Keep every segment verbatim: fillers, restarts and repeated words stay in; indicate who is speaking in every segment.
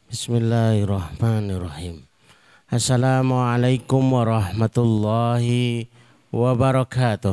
Speaker 1: Bismillahirrahmanirrahim. Assalamualaikum warahmatullahi wabarakatuh.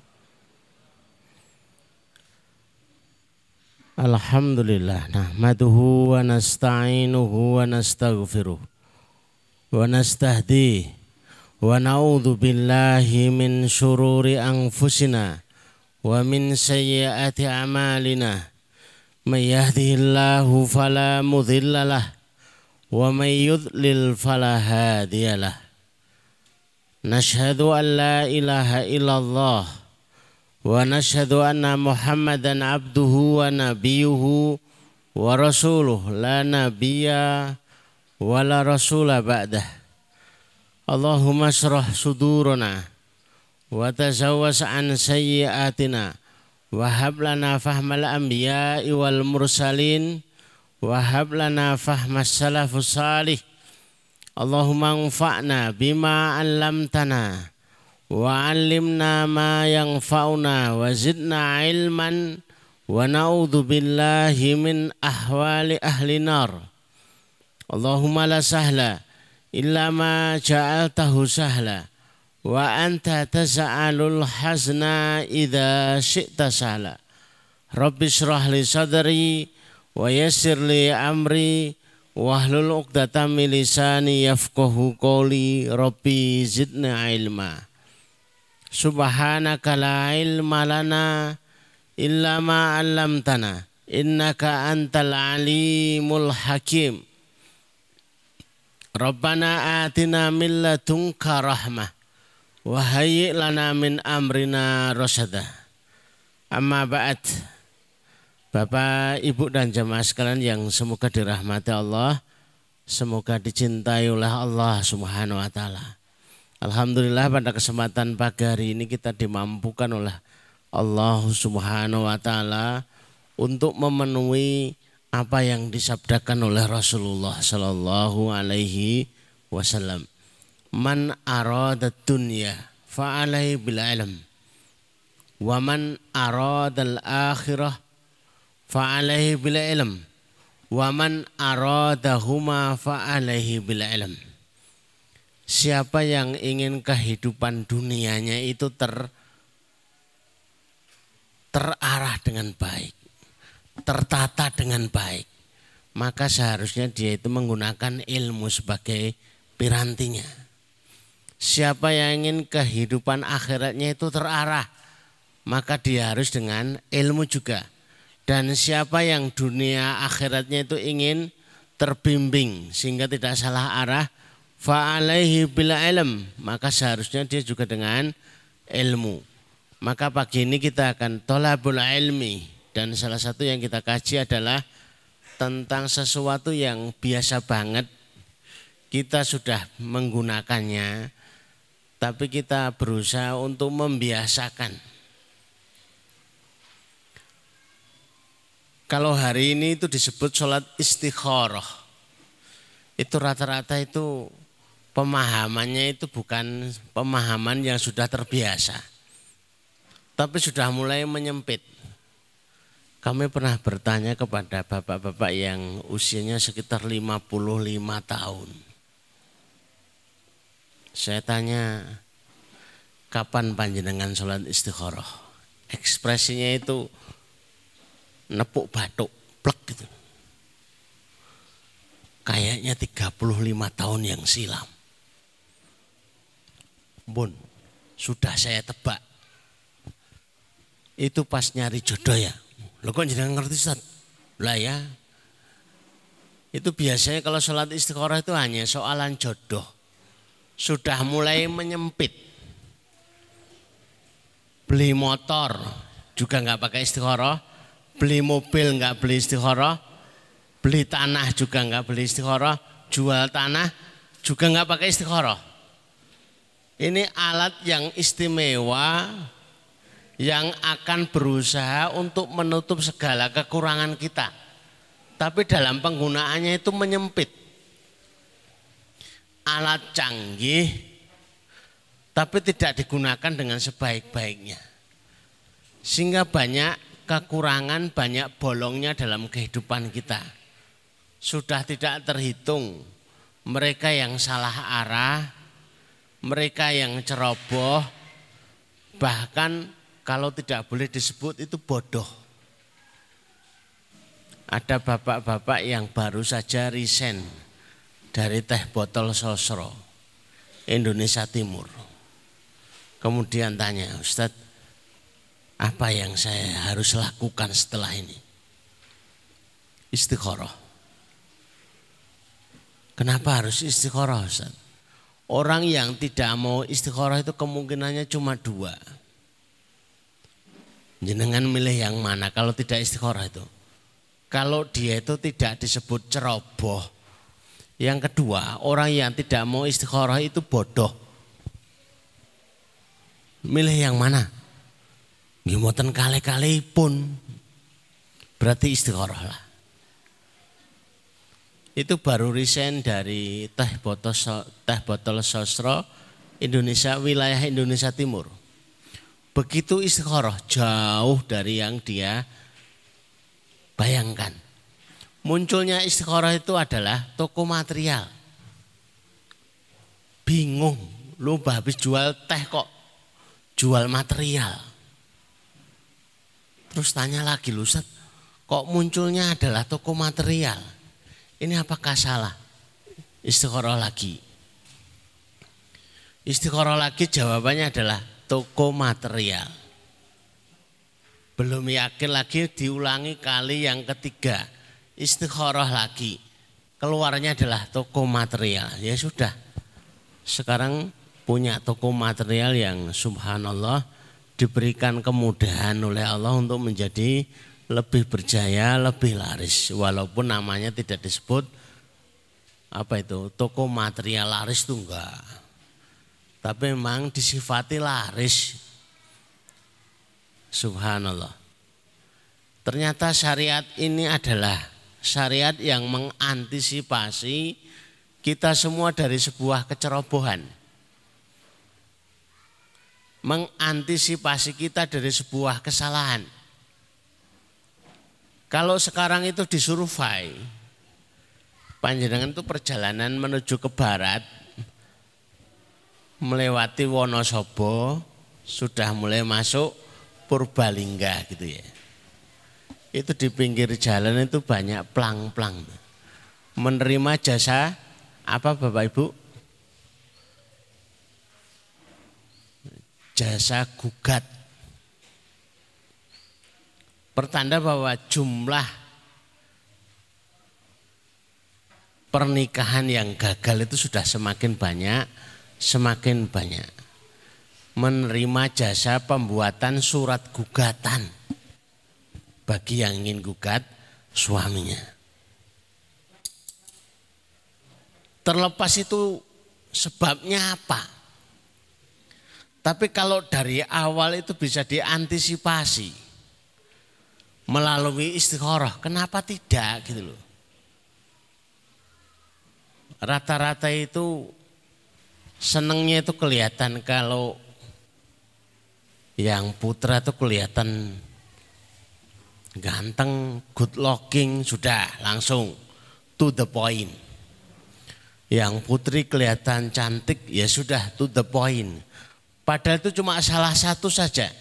Speaker 1: Alhamdulillah nahmaduhu wa nasta'inuhu wa nastaghfiruh wa nastahdihi wa na'udzu billahi min syururi anfusina wa min sayyiati a'malina. May yahdihillahu fala mudhillalah wa may yudlil fala hadiyalah. Nashhadu an la ilaha illallah wa nashhadu anna Muhammadan abduhu wa nabiyuhu wa rasuluh la nabiyya wa la rasula ba'dah. Allahumma shrah sudurana wa tazawwas an sayyiatina wa hab lana fahmal anbiya'i wal mursalin wahab lana fahmas salafus salih. Allahumma anfa'na bima 'allamtana wa 'allimna ma yanfa'una wa zidna ilman wa na'udzu billahi min ahwali ahli nar. Allahumma la sahla illa ma ja'altahu sahla wa anta tas'alul hazna idza syi'ta sahla. Rabbi shrah li sadri wa yassir li amri wahlul uqdatam min lisani yafqahu qawli. Rabbi zidni ilma. Subhanaka la ilma lana illa ma 'allamtana innaka antal alimul hakim. Rabbana atina min ladunka rahmah wa hayyi' lana min amrina rasyada. Amma ba'd. Bapak, Ibu dan jemaah sekalian yang semoga dirahmati Allah, semoga dicintai oleh Allah Subhanahu wa taala. Alhamdulillah pada kesempatan pagi hari ini kita dimampukan oleh Allah Subhanahu wa taala untuk memenuhi apa yang disabdakan oleh Rasulullah sallallahu alaihi wasallam. Man arada dunya fa alaihi bil ilm wa man arada al akhirah fa'alaihi bil ilm wa man aradahuma fa'alaihi bil ilm. Siapa yang ingin kehidupan dunianya itu ter terarah dengan baik, tertata dengan baik, maka seharusnya dia itu menggunakan ilmu sebagai pirantinya. Siapa yang ingin kehidupan akhiratnya itu terarah, maka dia harus dengan ilmu juga. Dan siapa yang dunia akhiratnya itu ingin terbimbing sehingga tidak salah arah, fa'alaihi bil ilm, maka seharusnya dia juga dengan ilmu. Maka pagi ini kita akan thalabul ilmi, dan salah satu yang kita kaji adalah tentang sesuatu yang biasa banget kita sudah menggunakannya, tapi kita berusaha untuk membiasakan. Kalau hari ini itu disebut sholat istikharah, itu rata-rata itu pemahamannya itu bukan pemahaman yang sudah terbiasa, tapi sudah mulai menyempit. Kami pernah bertanya kepada bapak-bapak yang usianya sekitar lima puluh lima tahun. Saya tanya, kapan panjenengan sholat istikharah? Ekspresinya itu nepuk batuk, plek gitu. Kayaknya tiga puluh lima tahun yang silam. Bun, sudah saya tebak. Itu pas nyari jodoh ya. Lo kok jangan ngerti Ustaz? Lah ya. Itu biasanya kalau sholat istikharah itu hanya soalan jodoh. Sudah mulai menyempit. Beli motor juga nggak pakai istikharah. Beli mobil enggak beli istikharah, beli tanah juga enggak beli istikharah, jual tanah juga enggak pakai istikharah. Ini alat yang istimewa yang akan berusaha untuk menutup segala kekurangan kita. Tapi dalam penggunaannya itu menyempit. Alat canggih tapi tidak digunakan dengan sebaik-baiknya. Sehingga banyak kekurangan, banyak bolongnya dalam kehidupan kita. sudah tidak terhitung mereka yang salah arah, mereka yang ceroboh, bahkan kalau tidak boleh disebut itu bodoh. Ada bapak-bapak yang baru saja resign dari Teh Botol Sosro Indonesia Timur. Kemudian tanya, Ustadz, apa yang saya harus lakukan setelah ini? Istikharah. Kenapa harus istikharah, Ustadz? Orang yang tidak mau istikharah itu kemungkinannya cuma dua. Jenengan milih yang mana kalau tidak istikharah itu? Kalau dia itu tidak disebut ceroboh. Yang kedua, orang yang tidak mau istikharah itu bodoh. Milih yang mana? Gimoten kali-kali pun berarti istikharah lah. Itu baru resign dari Teh Botol, Teh Botol Sosro Indonesia, wilayah Indonesia Timur. Begitu istikharah jauh dari yang dia bayangkan. Munculnya istikharah itu adalah toko material. Bingung, lu habis jual teh kok jual material. Terus tanya lagi, lu Ustaz, kok munculnya adalah toko material? Ini apakah salah? Istikharah lagi. Istikharah lagi jawabannya adalah toko material. Belum yakin lagi diulangi kali yang ketiga. Istikharah lagi. Keluarnya adalah toko material. Ya sudah. Sekarang punya toko material yang subhanallah diberikan kemudahan oleh Allah untuk menjadi lebih berjaya, lebih laris. Walaupun namanya tidak disebut apa itu toko material laris itu enggak. Tapi memang disifati laris. Subhanallah. Ternyata syariat ini adalah syariat yang mengantisipasi kita semua dari sebuah kecerobohan. Mengantisipasi kita dari sebuah kesalahan. Kalau sekarang itu disurvei, panjenengan itu perjalanan menuju ke barat, melewati Wonosobo, sudah mulai masuk Purbalingga gitu ya. Itu di pinggir jalan itu banyak plang-plang. Menerima jasa apa Bapak Ibu? Jasa gugat. Pertanda bahwa jumlah pernikahan yang gagal itu sudah semakin banyak, semakin banyak. Menerima jasa pembuatan surat gugatan bagi yang ingin gugat suaminya. Terlepas itu sebabnya apa? Tapi kalau dari awal itu bisa diantisipasi melalui istikharah, kenapa tidak gitu loh. Rata-rata itu senengnya itu kelihatan kalau yang putra itu kelihatan ganteng, good looking, sudah langsung to the point. Yang putri kelihatan cantik, ya sudah to the point. Padahal itu cuma salah satu saja.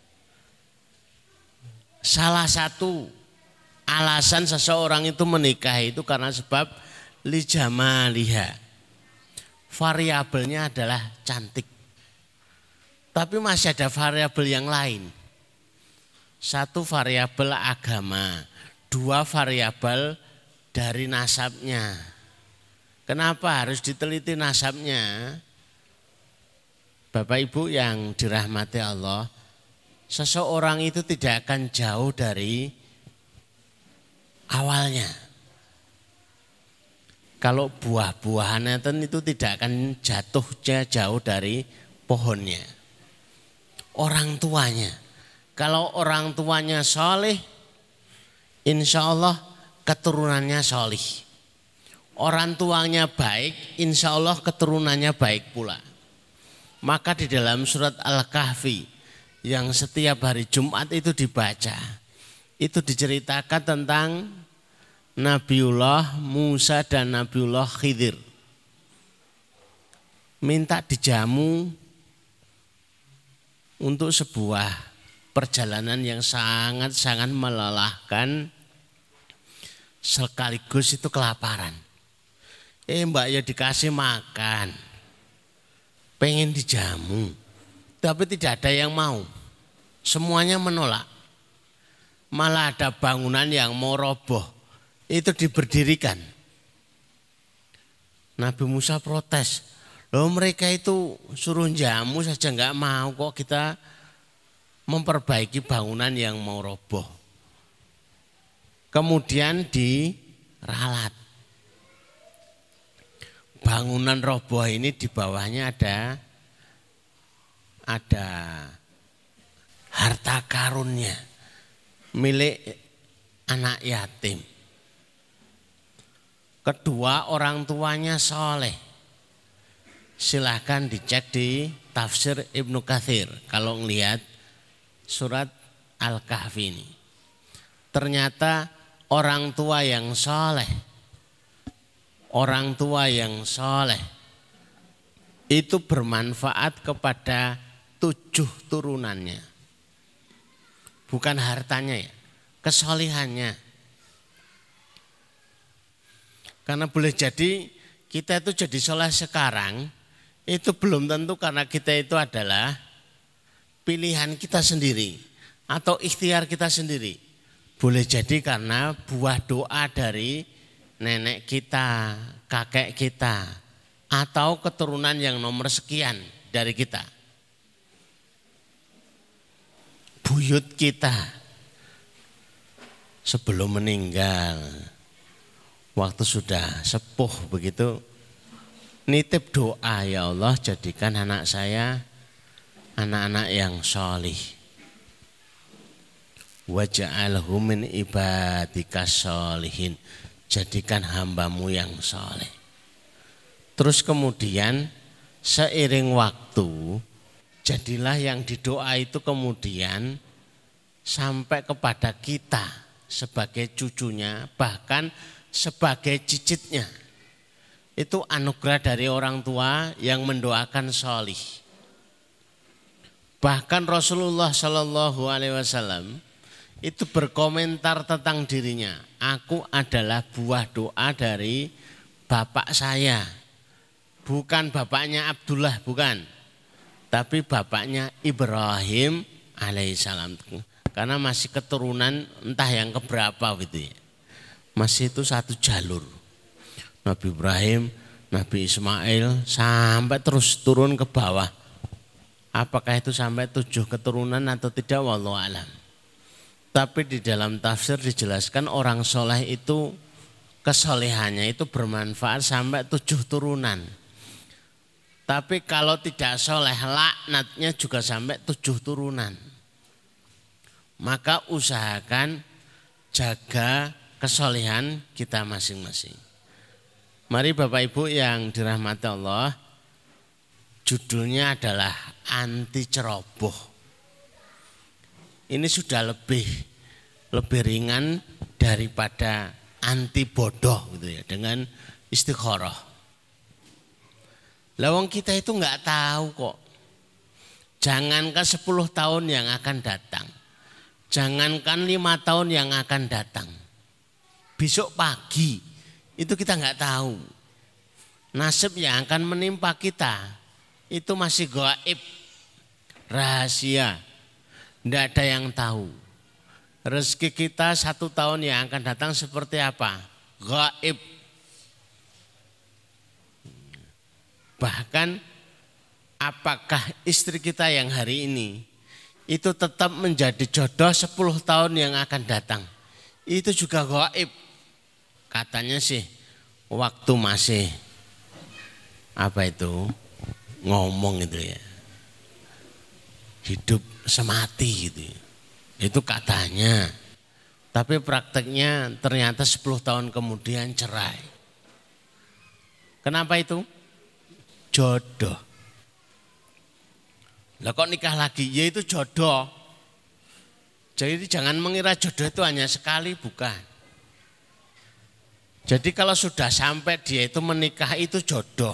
Speaker 1: Salah satu alasan seseorang itu menikah itu karena sebab lijamaliha. Variabelnya adalah cantik. Tapi masih ada variabel yang lain. Satu variabel agama, dua variabel dari nasabnya. Kenapa harus diteliti nasabnya? Bapak Ibu yang dirahmati Allah, seseorang itu tidak akan jauh dari awalnya. Kalau buah-buahannya itu tidak akan jatuh jauh dari pohonnya. Orang tuanya, kalau orang tuanya soleh, insya Allah keturunannya soleh. Orang tuanya baik, insya Allah keturunannya baik pula. Maka di dalam surat Al-Kahfi yang setiap hari Jumat itu dibaca, itu diceritakan tentang Nabiullah Musa dan Nabiullah Khidir minta dijamu untuk sebuah perjalanan yang sangat-sangat melelahkan sekaligus itu kelaparan. Eh mbak ya dikasih makan, pengen dijamu, tapi tidak ada yang mau. Semuanya menolak. Malah ada bangunan yang mau roboh, itu diberdirikan. Nabi Musa protes. Loh mereka itu suruh jamu saja enggak mau, kok kita memperbaiki bangunan yang mau roboh. Kemudian diralat. Bangunan roboh ini di bawahnya ada ada harta karunnya milik anak yatim. Kedua orang tuanya soleh. Silahkan dicek di tafsir Ibnu Katsir kalau ngelihat surat Al-Kahfi ini. Ternyata orang tua yang soleh, orang tua yang soleh itu bermanfaat kepada tujuh turunannya. Bukan hartanya ya, kesolihannya. Karena boleh jadi kita itu jadi soleh sekarang, itu belum tentu karena kita itu adalah pilihan kita sendiri atau ikhtiar kita sendiri. Boleh jadi karena buah doa dari nenek kita, kakek kita, atau keturunan yang nomor sekian dari kita. Buyut kita sebelum meninggal, waktu sudah sepuh begitu, nitip doa, ya Allah jadikan anak saya anak-anak yang sholih. Waj'alhu min ibadikas sholihin, jadikan hambamu yang soleh. Terus kemudian seiring waktu, jadilah yang didoa itu kemudian sampai kepada kita sebagai cucunya, bahkan sebagai cicitnya. Itu anugerah dari orang tua yang mendoakan sholih. Bahkan Rasulullah Shallallahu Alaihi Wasallam itu berkomentar tentang dirinya. Aku adalah buah doa dari bapak saya. Bukan bapaknya Abdullah, bukan. Tapi bapaknya Ibrahim alaihissalam. Karena masih keturunan entah yang keberapa gitu ya. Masih itu satu jalur. Nabi Ibrahim, Nabi Ismail sampai terus turun ke bawah. Apakah itu sampai tujuh keturunan atau tidak, wallahu alam. Tapi di dalam tafsir dijelaskan orang soleh itu kesolehannya itu bermanfaat sampai tujuh turunan. Tapi kalau tidak soleh laknatnya juga sampai tujuh turunan. Maka usahakan jaga kesolehan kita masing-masing. Mari Bapak Ibu yang dirahmati Allah, judulnya adalah anti ceroboh. Ini sudah lebih lebih ringan daripada anti bodoh gitu ya, dengan istikharah. Lawang kita itu nggak tahu kok. Jangankan sepuluh tahun yang akan datang, jangankan lima tahun yang akan datang, besok pagi itu kita nggak tahu. Nasib yang akan menimpa kita itu masih gaib, rahasia. Tidak ada yang tahu. Rezeki kita satu tahun yang akan datang seperti apa? Gaib. Bahkan apakah istri kita yang hari ini itu tetap menjadi jodoh sepuluh tahun yang akan datang? Itu juga gaib. Katanya sih waktu masih apa itu ngomong itu ya. Hidup semati gitu. Itu katanya. Tapi prakteknya ternyata sepuluh tahun kemudian cerai. Kenapa itu? Jodoh. Lah kok nikah lagi? Ya itu jodoh. Jadi jangan mengira jodoh itu hanya sekali, bukan. Jadi kalau sudah sampai dia itu menikah itu jodoh.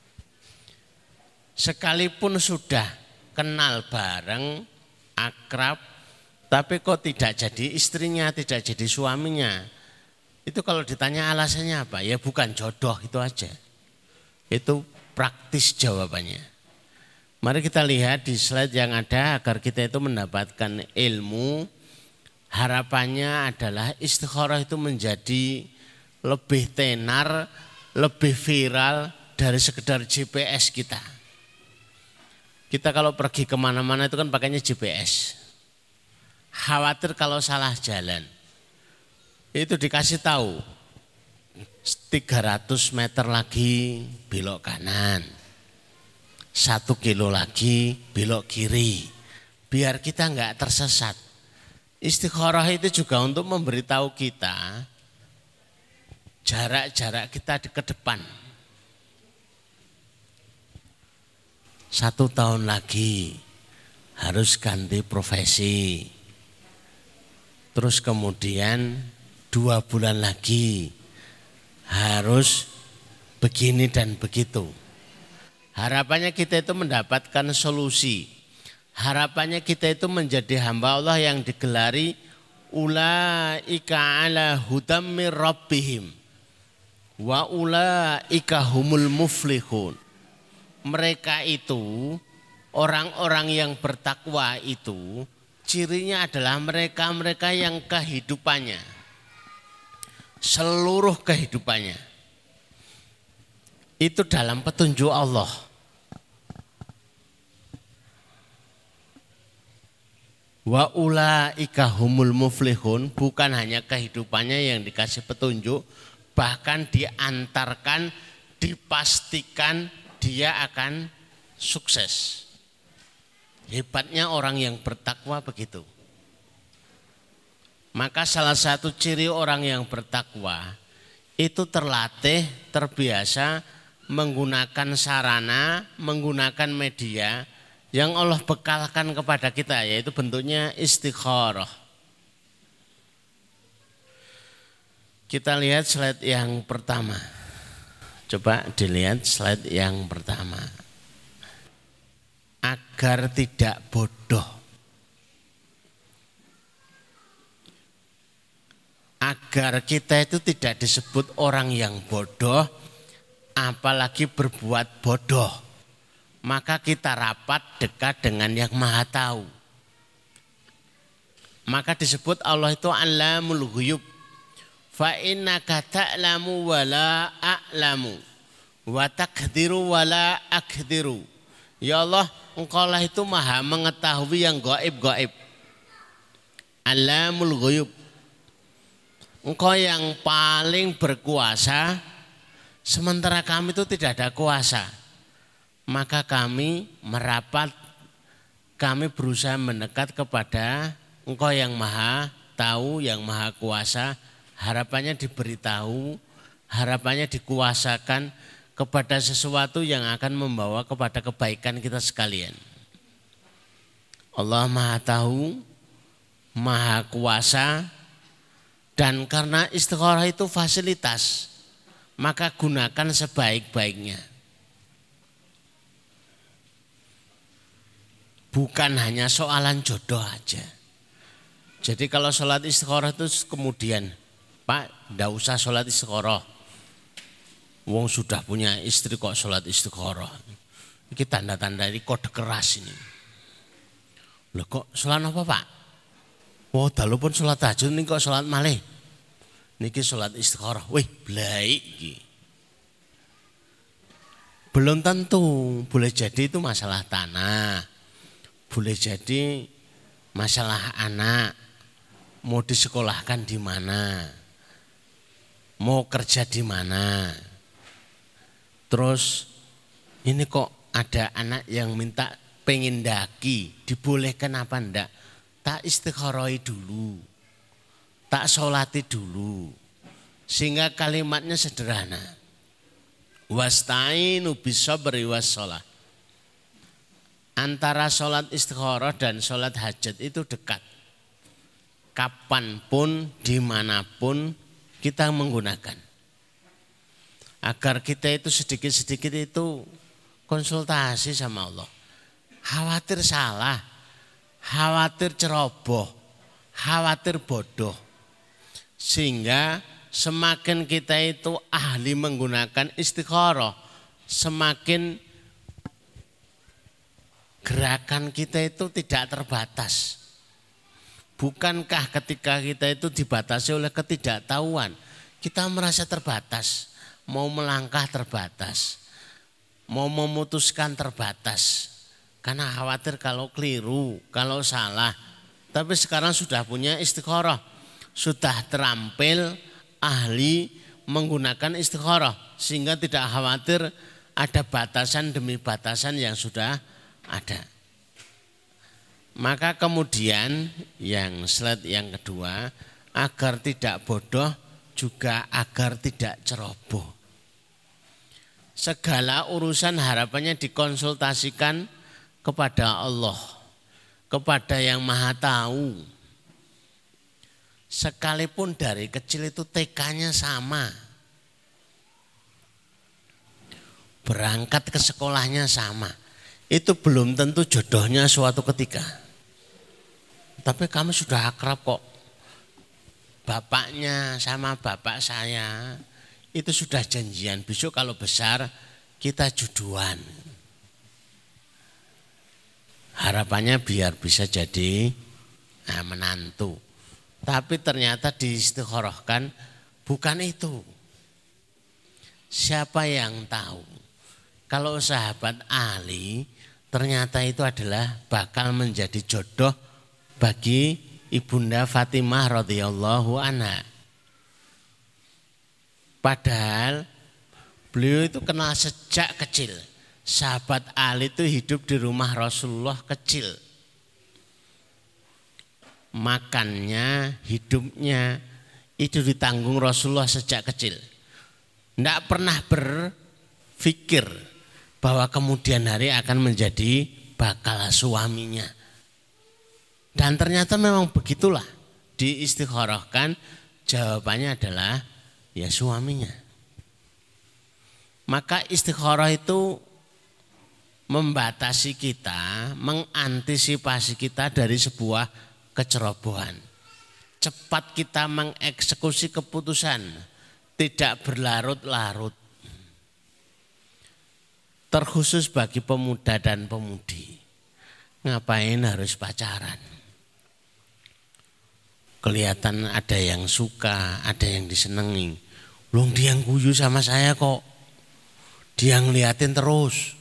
Speaker 1: Sekalipun sudah kenal bareng, akrab, tapi kok tidak jadi istrinya, tidak jadi suaminya. Itu kalau ditanya alasannya apa? Ya bukan jodoh, itu aja. Itu praktis jawabannya. Mari kita lihat di slide yang ada agar kita itu mendapatkan ilmu. Harapannya adalah istikharah itu menjadi lebih tenar, lebih viral dari sekedar G P S kita. Kita kalau pergi kemana-mana itu kan pakainya G P S. Khawatir kalau salah jalan. Itu dikasih tahu. tiga ratus meter lagi belok kanan. Satu kilo lagi belok kiri. Biar kita enggak tersesat. Istikharah itu juga untuk memberitahu kita jarak-jarak kita ke depan. Satu tahun lagi harus ganti profesi. Terus kemudian dua bulan lagi harus begini dan begitu. Harapannya kita itu mendapatkan solusi. Harapannya kita itu menjadi hamba Allah yang digelari ulaika ala hudam mir rabbihim wa ulaika humul muflihun. Mereka itu, orang-orang yang bertakwa itu, cirinya adalah mereka-mereka yang kehidupannya, seluruh kehidupannya, itu dalam petunjuk Allah. Wa ulaika humul muflihun, bukan hanya kehidupannya yang dikasih petunjuk, bahkan diantarkan, dipastikan dia akan sukses. Hebatnya orang yang bertakwa begitu. Maka salah satu ciri orang yang bertakwa itu terlatih, terbiasa menggunakan sarana, menggunakan media yang Allah bekalkan kepada kita, yaitu bentuknya istikharah. Kita lihat slide yang pertama. Coba dilihat slide yang pertama. Agar tidak bodoh. Agar kita itu tidak disebut orang yang bodoh, apalagi berbuat bodoh. Maka kita rapat dekat dengan yang Maha Tahu. Maka disebut Allah itu Allamul Ghuyub. Fa innaka ta'lamu wa la a'lamu wa taqdiru wa la aqdiru. Ya Allah, Engkau lah itu Maha mengetahui yang gaib-gaib. Allamul Ghuyub. Engkau yang paling berkuasa, sementara kami itu tidak ada kuasa. Maka kami merapat, kami berusaha mendekat kepada Engkau yang Maha Tahu, yang Maha Kuasa. Harapannya diberitahu, harapannya dikuasakan kepada sesuatu yang akan membawa kepada kebaikan kita sekalian. Allah Maha Tahu, Maha Kuasa, dan karena istikharah itu fasilitas, maka gunakan sebaik-baiknya. Bukan hanya soalan jodoh aja. Jadi kalau sholat istikharah itu kemudian, Pak, tidak usah sholat istikharah. Wong sudah punya istri kok sholat istikharah. Ini tanda-tanda ini kode keras ini. Loh kok sholat apa Pak? Oh dalu pun sholat tahajud ini kok sholat malih. Niki sholat istikharah. Wih blaik iki. Belum tentu, boleh jadi itu masalah tanah. Boleh jadi masalah anak. Mau disekolahkan di mana? Mau kerja di mana? Terus ini kok ada anak yang minta pengen daki, dibolehkan apa enggak? Tak istikharoi dulu, tak sholati dulu. Sehingga kalimatnya sederhana. Wasta'inu bisabri wassholah. Antara sholat istikharah dan sholat hajat itu dekat. Kapanpun, dimanapun kita menggunakan. agar kita itu sedikit-sedikit itu konsultasi sama Allah. Khawatir salah, khawatir ceroboh, khawatir bodoh. Sehingga semakin kita itu ahli menggunakan istikharah, semakin gerakan kita itu tidak terbatas. Bukankah ketika kita itu dibatasi oleh ketidaktahuan, kita merasa terbatas, mau melangkah terbatas, mau memutuskan terbatas. Karena khawatir kalau keliru, kalau salah. Tapi sekarang sudah punya istikharah, sudah terampil ahli menggunakan istikharah, sehingga tidak khawatir ada batasan demi batasan yang sudah ada. Maka kemudian yang slide yang kedua, agar tidak bodoh juga agar tidak ceroboh. Segala urusan harapannya dikonsultasikan kepada Allah, kepada yang Maha Tahu. Sekalipun dari kecil itu T K-nya sama, berangkat ke sekolahnya sama, itu belum tentu jodohnya suatu ketika. Tapi kami sudah akrab kok, bapaknya sama bapak saya itu sudah janjian besok kalau besar kita juduan. Harapannya biar bisa jadi nah, menantu. Tapi ternyata diistikharahkan bukan itu. Siapa yang tahu? Kalau sahabat Ali ternyata itu adalah bakal menjadi jodoh bagi Ibunda Fatimah radhiyallahu anha. Padahal beliau itu kenal sejak kecil. Sahabat Ali itu hidup di rumah Rasulullah kecil. Makannya, hidupnya itu ditanggung Rasulullah sejak kecil. Tidak pernah berpikir bahwa kemudian hari akan menjadi bakal suaminya. Dan ternyata memang begitulah, diistikharahkan, jawabannya adalah ya suaminya. Maka istikharah itu membatasi kita, mengantisipasi kita dari sebuah kecerobohan. Cepat kita mengeksekusi keputusan, tidak berlarut-larut. Terkhusus bagi pemuda dan pemudi. Ngapain harus pacaran? Kelihatan ada yang suka, ada yang disenengi. Belum dia yang guyu sama saya kok. Dia ngeliatin terus.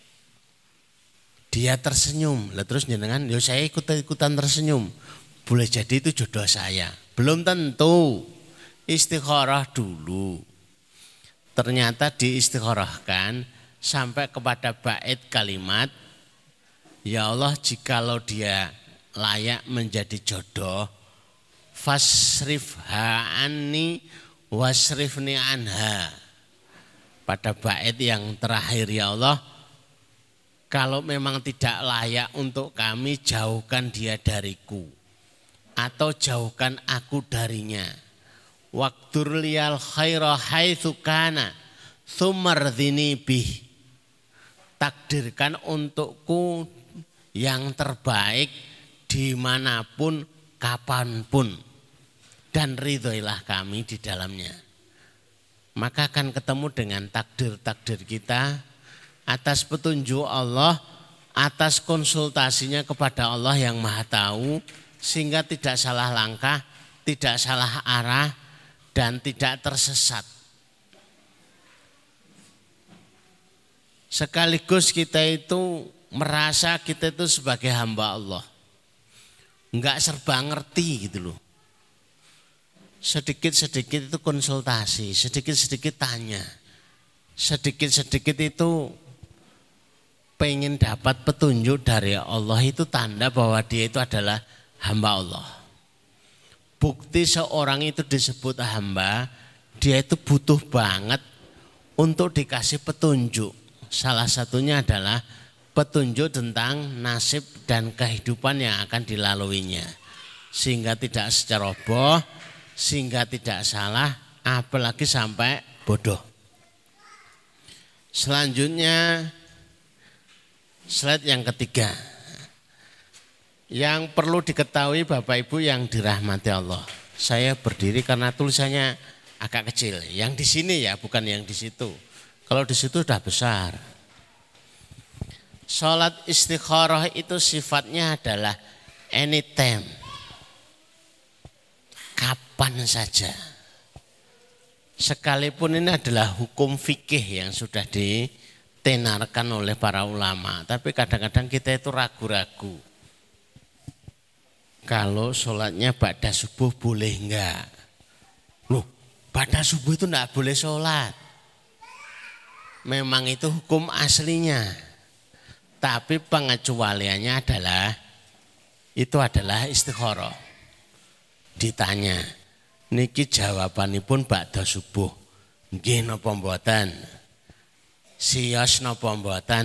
Speaker 1: Dia tersenyum. Lah terus jenengan, ya saya ikut-ikutan tersenyum. Boleh jadi itu jodoh saya. Belum tentu. Istikharah dulu. Ternyata diistikharahkan sampai kepada bait kalimat, ya Allah jikalau dia layak menjadi jodoh, fasrifha anni wasrifni anha. Pada bait yang terakhir, ya Allah kalau memang tidak layak untuk kami, jauhkan dia dariku atau jauhkan aku darinya. Waqtur liyal khaira haitsu kana tsumardhini bih. Takdirkan untukku yang terbaik dimanapun, kapanpun, dan ridhoilah kami di dalamnya. Maka akan ketemu dengan takdir-takdir kita atas petunjuk Allah, atas konsultasinya kepada Allah yang Maha Tahu, sehingga tidak salah langkah, tidak salah arah, dan tidak tersesat. Sekaligus kita itu merasa kita itu sebagai hamba Allah, enggak serba ngerti gitu loh. Sedikit-sedikit itu konsultasi, sedikit-sedikit tanya, sedikit-sedikit itu pengen dapat petunjuk dari Allah, itu tanda bahwa dia itu adalah hamba Allah. Bukti seorang itu disebut hamba, dia itu butuh banget untuk dikasih petunjuk. Salah satunya adalah petunjuk tentang nasib dan kehidupan yang akan dilaluinya. Sehingga tidak seceroboh, sehingga tidak salah, apalagi sampai bodoh. Selanjutnya slide yang ketiga. Yang perlu diketahui Bapak Ibu yang dirahmati Allah. Saya berdiri karena tulisannya agak kecil. Yang di sini ya, bukan yang di situ. Kalau di situ sudah besar. Salat istikharah itu sifatnya adalah anytime. Kapan saja. Sekalipun ini adalah hukum fikih yang sudah ditenarkan oleh para ulama. Tapi kadang-kadang kita itu ragu-ragu. Kalau sholatnya ba'da subuh boleh enggak? Loh, ba'da subuh itu enggak boleh sholat. Memang itu hukum aslinya. Tapi pengecualiannya adalah, itu adalah istikharah. Ditanya, niki jawabanipun ba'da subuh. Nggih napa mboten? Siyos napa mboten?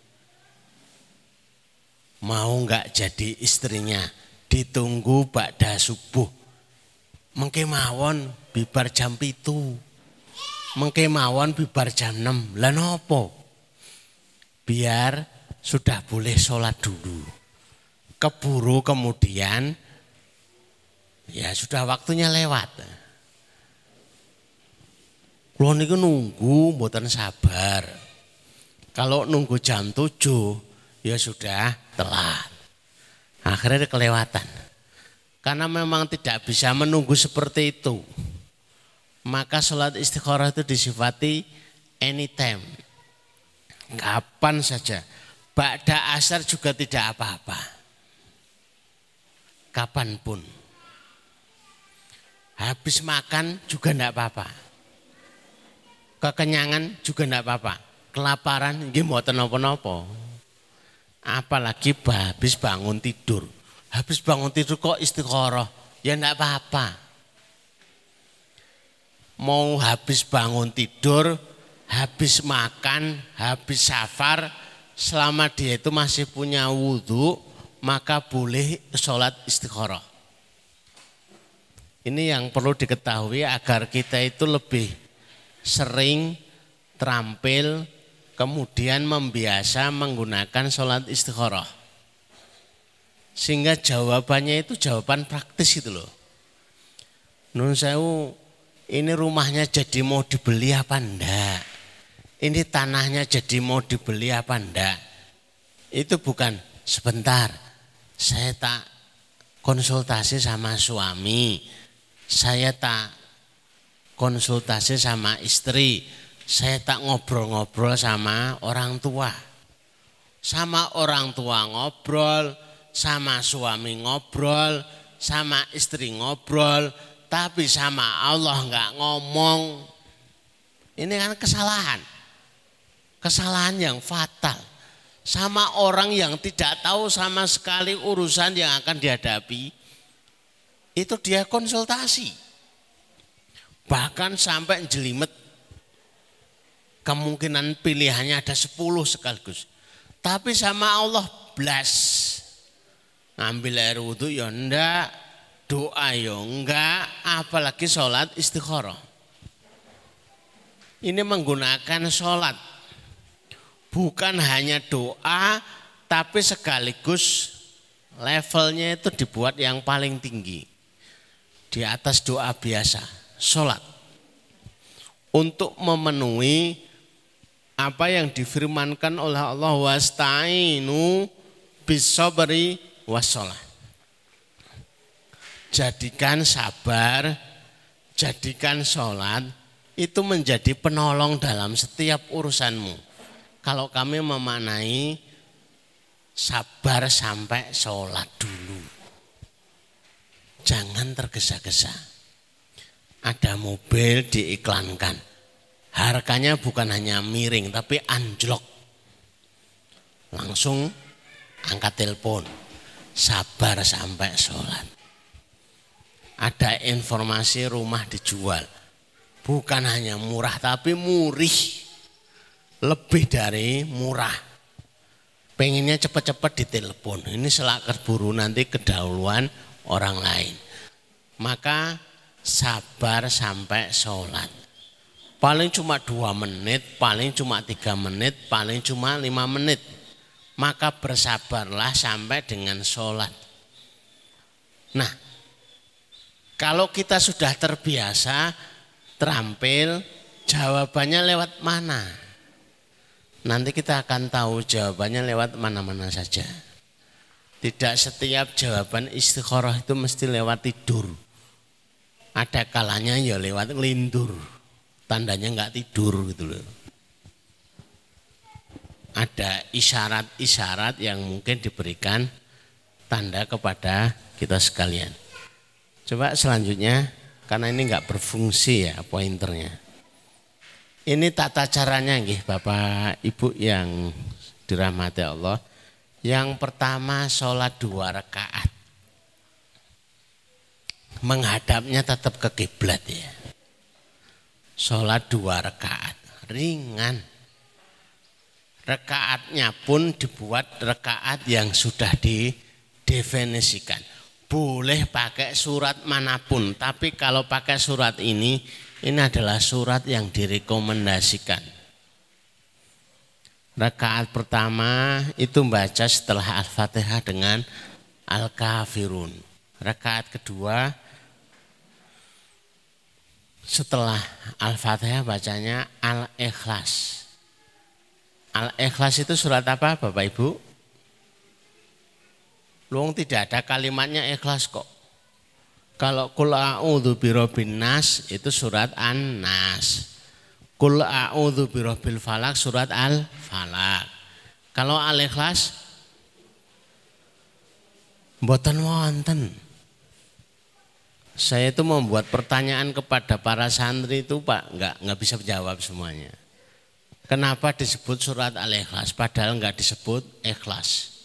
Speaker 1: Mau enggak jadi istrinya? Ditunggu ba'da subuh. Mengke mawon bibar jam pitu. Mengke mawon bibar jam enam. Lah napa? Biar sudah boleh sholat dulu. Keburu kemudian ya sudah waktunya lewat. Kulo niku nunggu mboten sabar. Kalau nunggu jam tujuh ya sudah telat. Akhirnya kelewatan. Karena memang tidak bisa menunggu seperti itu. Maka sholat istikharah itu disifati anytime. Kapan saja. Ba'da asar juga tidak apa-apa. Kapanpun. Habis makan juga tidak apa-apa. Kekenyangan juga tidak apa-apa. Kelaparan nggih mboten napa-napa. Apalagi habis bangun tidur. Habis bangun tidur kok istikharah. Ya enggak apa-apa. Mau habis bangun tidur, habis makan, habis safar, selama dia itu masih punya wudhu, maka boleh sholat istikharah. Ini yang perlu diketahui agar kita itu lebih sering terampil, kemudian membiasa menggunakan sholat istikharah. Sehingga jawabannya itu jawaban praktis itu loh. Nun sewu, ini rumahnya jadi mau dibeli apa enggak? Ini tanahnya jadi mau dibeli apa enggak? Itu bukan sebentar. Saya tak konsultasi sama suami. Saya tak konsultasi sama istri. Saya tak ngobrol-ngobrol sama orang tua. Sama orang tua ngobrol, sama suami ngobrol, sama istri ngobrol, tapi sama Allah enggak ngomong. Ini kan kesalahan. Kesalahan yang fatal. Sama orang yang tidak tahu sama sekali urusan yang akan dihadapi, itu dia konsultasi. Bahkan sampai jelimet. Kemungkinan pilihannya ada sepuluh sekaligus. Tapi sama Allah blas. Ngambil air wudhu ya enggak, doa ya enggak, apalagi sholat istikharah. Ini menggunakan sholat. Bukan hanya doa, tapi sekaligus levelnya itu dibuat yang paling tinggi. Di atas doa biasa, sholat. Untuk memenuhi apa yang difirmankan oleh Allah, wasta'inu bis-sabri was-shalah. Jadikan sabar, jadikan sholat itu menjadi penolong dalam setiap urusanmu. Kalau kami memaknai sabar sampai sholat dulu. Jangan tergesa-gesa. Ada mobil diiklankan. Harganya bukan hanya miring tapi anjlok. Langsung angkat telepon. Sabar sampai sholat. Ada informasi rumah dijual. Bukan hanya murah tapi murih. Lebih dari murah. Pengennya cepat-cepat ditelepon. Ini selak keburu nanti kedahuluan orang lain. Maka sabar sampai sholat. paling cuma dua menit, paling cuma tiga menit, paling cuma lima menit. Maka bersabarlah sampai dengan sholat. Nah, kalau kita sudah terbiasa, terampil, jawabannya lewat mana? Nanti kita akan tahu jawabannya lewat mana-mana saja. Tidak setiap jawaban istikharah itu mesti lewat tidur. Ada kalanya ya lewat ngelindur. Tandanya enggak tidur gitu loh. Ada isyarat-isyarat yang mungkin diberikan tanda kepada kita sekalian. Coba selanjutnya, karena ini enggak berfungsi ya pointernya. Ini tata caranya nggih Bapak Ibu yang dirahmati Allah. Yang pertama sholat dua rakaat. Menghadapnya tetap ke kiblat ya. Sholat dua rakaat, ringan. Rakaatnya pun dibuat rakaat yang sudah didefinisikan. Boleh pakai surat manapun, tapi kalau pakai surat ini, ini adalah surat yang direkomendasikan. Rakaat pertama itu baca setelah Al-Fatihah dengan Al-Kafirun. Rakaat kedua setelah Al-Fatihah bacanya Al-Ikhlas. Al-Ikhlas itu surat apa Bapak Ibu? Luang tidak ada kalimatnya ikhlas kok. Kalau Qul a'udzu birabbin nas itu surat An-Nas. Qul a'udzu birabbil falaq surat Al-Falaq. Kalau Al-Ikhlas mboten wonten. Saya itu membuat pertanyaan kepada para santri itu Pak, enggak enggak bisa jawab semuanya. Kenapa disebut surat Al-Ikhlas padahal enggak disebut ikhlas?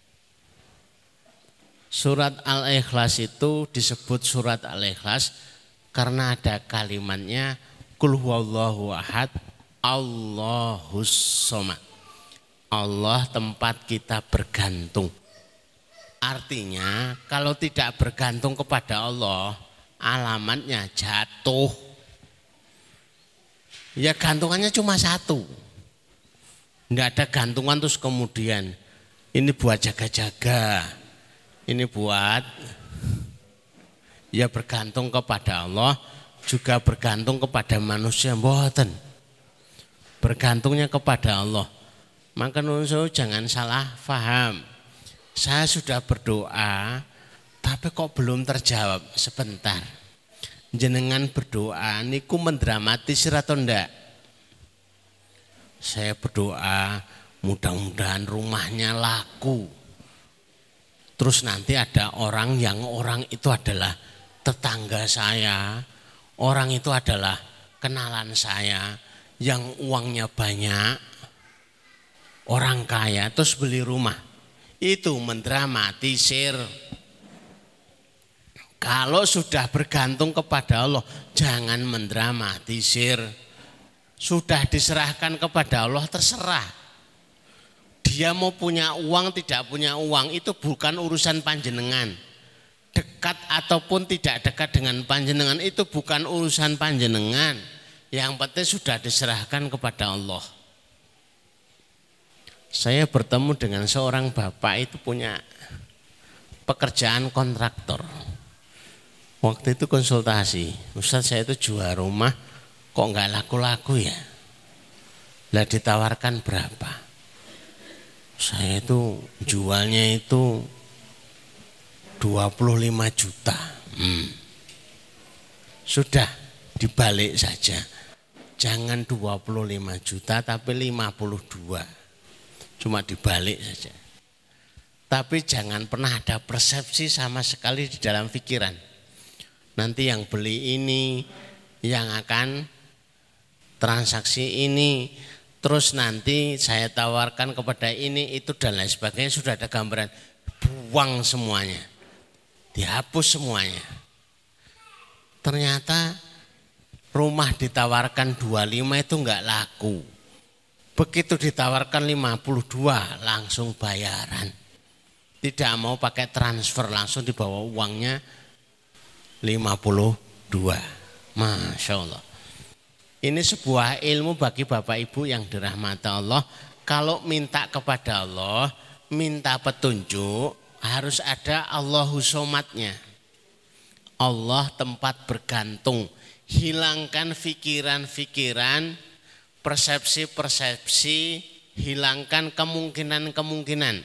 Speaker 1: Surat Al-Ikhlas itu disebut surat Al-Ikhlas karena ada kalimatnya Qul huwallahu ahad, Allahus somad. Allah tempat kita bergantung. Artinya kalau tidak bergantung kepada Allah, alamatnya jatuh. Ya gantungannya cuma satu. Enggak ada gantungan terus kemudian ini buat jaga-jaga. Ini buat ya bergantung kepada Allah, juga bergantung kepada manusia, mboten. Bergantungnya kepada Allah. Maka nunso jangan salah paham. Saya sudah berdoa, tapi kok belum terjawab. Sebentar. Jenengan berdoa niku mendramatisir atau ndak? Saya berdoa mudah-mudahan rumahnya laku. Terus nanti ada orang yang orang itu adalah tetangga saya, orang itu adalah kenalan saya yang uangnya banyak, orang kaya terus beli rumah. Itu mendramatisir. Kalau sudah bergantung kepada Allah, jangan mendramatisir. Sudah diserahkan kepada Allah, terserah. Dia mau punya uang, tidak punya uang, itu bukan urusan panjenengan. Dekat ataupun tidak dekat dengan panjenengan, itu bukan urusan panjenengan. Yang penting sudah diserahkan kepada Allah. Saya bertemu dengan seorang bapak itu punya pekerjaan kontraktor. Waktu itu konsultasi, Ustaz saya itu jual rumah kok nggak laku-laku ya. Lah ditawarkan berapa? Saya itu jualnya itu dua puluh lima juta. Hmm. Sudah dibalik saja. Jangan dua puluh lima juta tapi lima puluh dua. Cuma dibalik saja. Tapi jangan pernah ada persepsi sama sekali di dalam pikiran. Nanti yang beli ini, yang akan transaksi ini, terus nanti saya tawarkan kepada ini, itu dan lain sebagainya, sudah ada gambaran. Buang semuanya, dihapus semuanya. Ternyata rumah ditawarkan dua puluh lima itu enggak laku. Begitu ditawarkan lima puluh dua langsung bayaran. Tidak mau pakai transfer, langsung dibawa uangnya lima puluh dua. Masya Allah. Ini sebuah ilmu bagi Bapak Ibu yang dirahmati Allah. Kalau minta kepada Allah, minta petunjuk, harus ada Allahu Somadnya. Allah tempat bergantung. Hilangkan pikiran-pikiran, persepsi-persepsi, hilangkan kemungkinan-kemungkinan.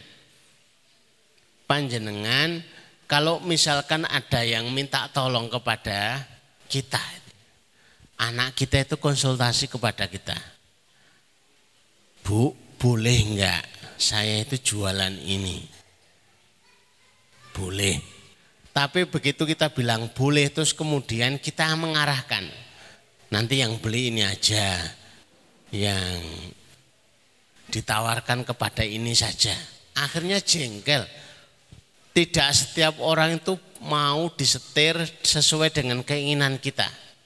Speaker 1: Panjenengan kalau misalkan ada yang minta tolong kepada kita, anak kita itu konsultasi kepada kita. Bu, boleh enggak saya itu jualan ini? Boleh. Tapi begitu kita bilang boleh, terus kemudian kita mengarahkan. Nanti yang beli ini aja, yang ditawarkan kepada ini saja. Akhirnya jengkel. Tidak setiap orang itu mau disetir sesuai dengan keinginan kita.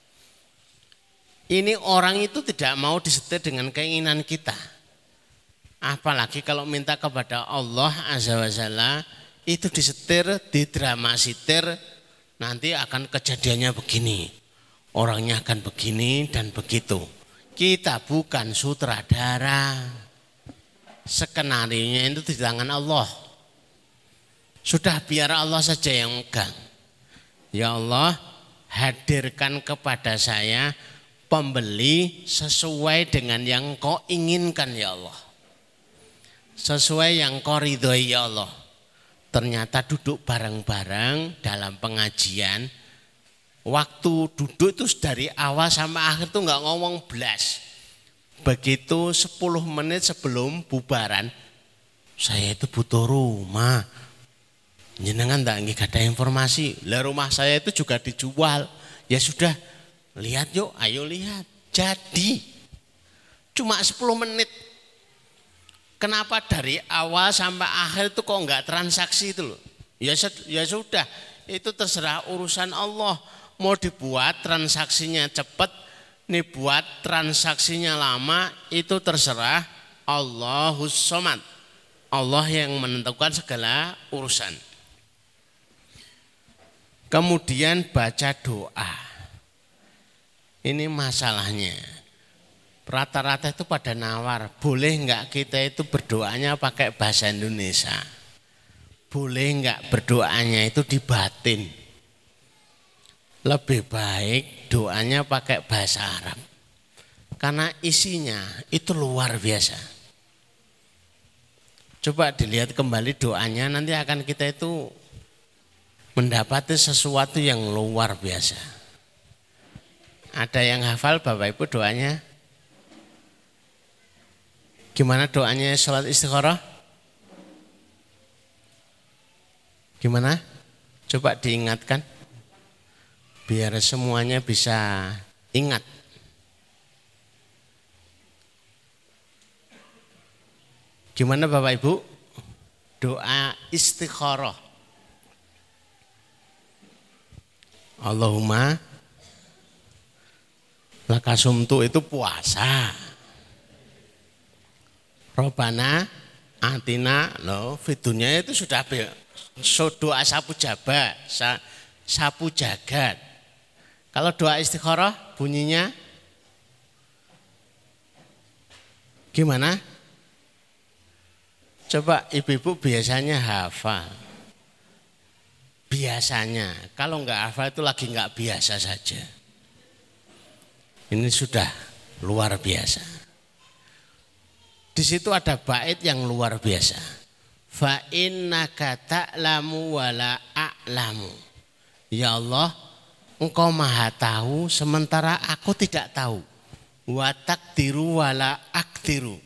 Speaker 1: Ini orang itu tidak mau disetir dengan keinginan kita. Apalagi kalau minta kepada Allah Azza wa Jalla, itu disetir, didramasetir, nanti akan kejadiannya begini. Orangnya akan begini dan begitu. Kita bukan sutradara. Skenarionya itu di tangan Allah. Sudah biar Allah saja yang megang. Ya Allah, hadirkan kepada saya pembeli sesuai dengan yang kau inginkan ya Allah. Sesuai yang kau ridhoi ya Allah. Ternyata duduk bareng-bareng dalam pengajian. Waktu duduk itu dari awal sampai akhir tuh nggak ngomong belas. Begitu sepuluh menit sebelum bubaran, saya itu butuh rumah. Jenengan enggak ada informasi. Lah rumah saya itu juga dijual. Ya sudah, lihat yuk, ayo lihat. Jadi cuma sepuluh menit. Kenapa dari awal sampai akhir itu kok enggak transaksi itu loh? Ya, ya sudah, itu terserah urusan Allah. Mau dibuat transaksinya cepat, nih buat transaksinya lama, itu terserah Allahus Somad. Allah yang menentukan segala urusan. Kemudian baca doa. Ini masalahnya. Rata-rata itu pada nawar, boleh enggak kita itu berdoanya pakai bahasa Indonesia? Boleh enggak berdoanya itu di batin? Lebih baik doanya pakai bahasa Arab. Karena isinya itu luar biasa. Coba dilihat kembali doanya, nanti akan kita itu mendapati sesuatu yang luar biasa. Ada yang hafal Bapak Ibu doanya? Gimana doanya sholat istikharah? Gimana? Coba diingatkan. Biar semuanya bisa ingat. Gimana Bapak Ibu? Doa istikharah. Allahumma lakasumtu itu puasa. Robana atina loh, fidunya itu sudah doa sapu jabat, sapu jagat. Kalau doa istikharah bunyinya gimana? Coba ibu-ibu biasanya hafal. Biasanya, kalau enggak hafal itu lagi enggak biasa saja. Ini sudah luar biasa. Di situ ada bait yang luar biasa. Fa innaka ta'lamu wa la a'lamu. Ya Allah, Engkau Maha tahu sementara aku tidak tahu. Wa taqdiru wa la aqdiru.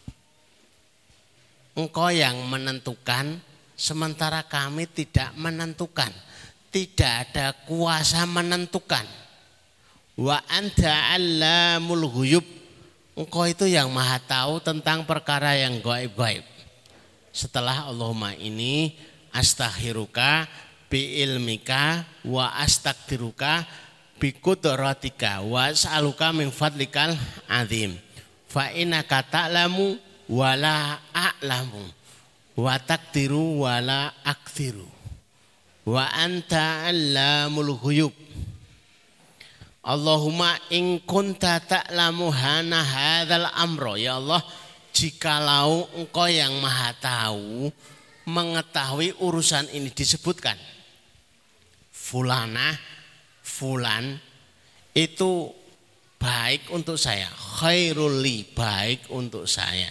Speaker 1: Engkau yang menentukan sementara kami tidak menentukan. Tidak ada kuasa menentukan. Wa anta 'allamul ghuyub. Engkau itu yang maha tahu tentang perkara yang gaib-gaib. Setelah Allahumma ini astaghfiruka bi ilmika wa astaqdiruka bi qudratika wa as'aluka min fadlikal azim. Fa innaka ta'lamu wa la a'lamu wa taqdiru wa la aqdiru wa anta 'allamul ghuyub. Allahumma in kunta ta'lamu hana hadzal amro. Ya Allah, jikalau engkau yang maha tahu mengetahui urusan ini disebutkan. Fulana, fulan itu baik untuk saya. Khairul li, baik untuk saya.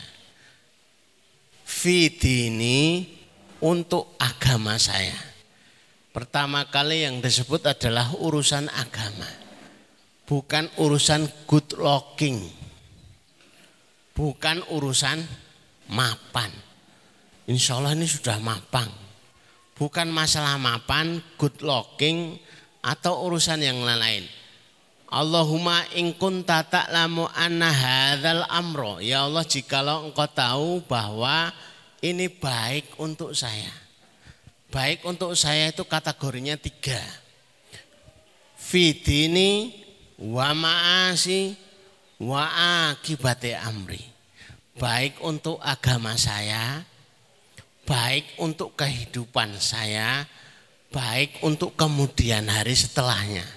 Speaker 1: Fidini, untuk agama saya. Pertama kali yang disebut adalah urusan agama. Bukan urusan good looking. Bukan urusan mapan. Insya Allah ini sudah mapan. Bukan masalah mapan, good looking, atau urusan yang lain. Allahumma in kunta ta'lamu anna hadzal amro. Ya Allah, jikalau engkau tahu bahwa ini baik untuk saya. Baik untuk saya itu kategorinya tiga. Fidini wa ma'asi wa akibati amri. Baik untuk agama saya, baik untuk kehidupan saya, baik untuk kemudian hari setelahnya.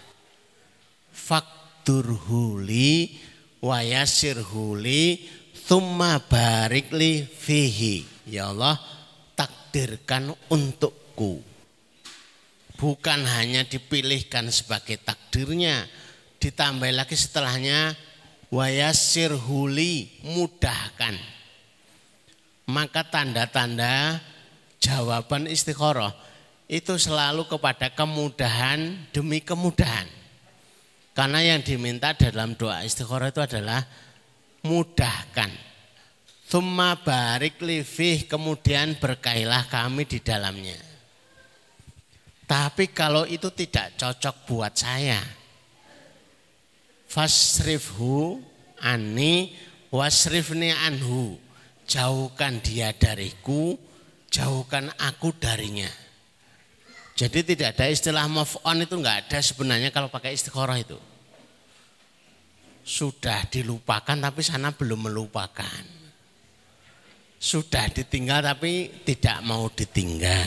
Speaker 1: Fakturhuli wa yasirhuli thumma barikli fihi. Ya Allah, takdirkan untukku. Bukan hanya dipilihkan sebagai takdirnya, ditambah lagi setelahnya wa yasirhuli, mudahkan. Maka tanda-tanda jawaban istikharah itu selalu kepada kemudahan demi kemudahan. Karena yang diminta dalam doa istikharah itu adalah mudahkan. Tsumma barik li fih, kemudian berkailah kami di dalamnya. Tapi kalau itu tidak cocok buat saya, fasrifhu anni wasrifni anhu. Jauhkan dia dariku, jauhkan aku darinya. Jadi tidak ada istilah move on, itu enggak ada sebenarnya kalau pakai istikharah itu. Sudah dilupakan tapi sana belum melupakan. Sudah ditinggal tapi tidak mau ditinggal.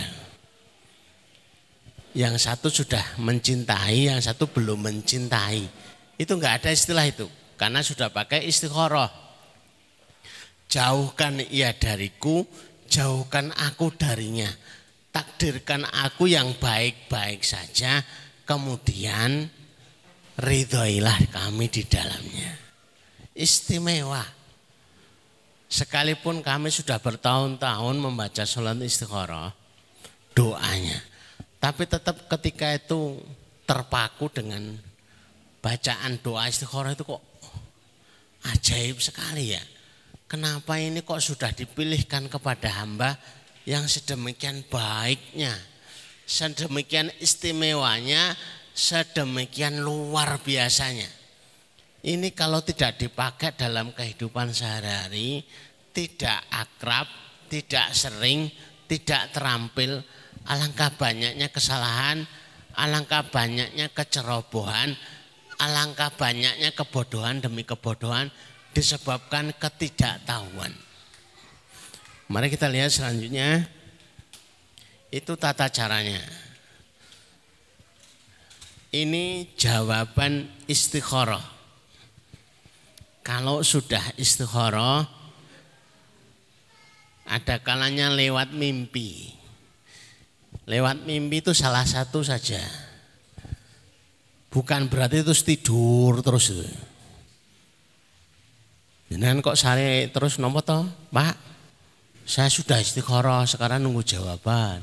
Speaker 1: Yang satu sudah mencintai, yang satu belum mencintai. Itu enggak ada istilah itu karena sudah pakai istikharah. Jauhkan ia dariku, jauhkan aku darinya. Takdirkan aku yang baik-baik saja, kemudian ridhoilah kami di dalamnya. Istimewa. Sekalipun kami sudah bertahun-tahun membaca sholat istikharah, doanya, tapi tetap ketika itu terpaku dengan bacaan doa istikharah itu kok ajaib sekali ya. Kenapa ini kok sudah dipilihkan kepada hamba yang sedemikian baiknya, sedemikian istimewanya, sedemikian luar biasanya. Ini kalau tidak dipakai dalam kehidupan sehari-hari, tidak akrab, tidak sering, tidak terampil, alangkah banyaknya kesalahan, alangkah banyaknya kecerobohan, alangkah banyaknya kebodohan demi kebodohan disebabkan ketidaktahuan. Mari kita lihat selanjutnya, itu tata caranya. Ini jawaban istikharah. Kalau sudah istikharah, ada kalanya lewat mimpi. Lewat mimpi itu salah satu saja. Bukan berarti terus tidur terus. Jangan kok sare terus nopo toh, Pak? Saya sudah istikharah, sekarang nunggu jawaban.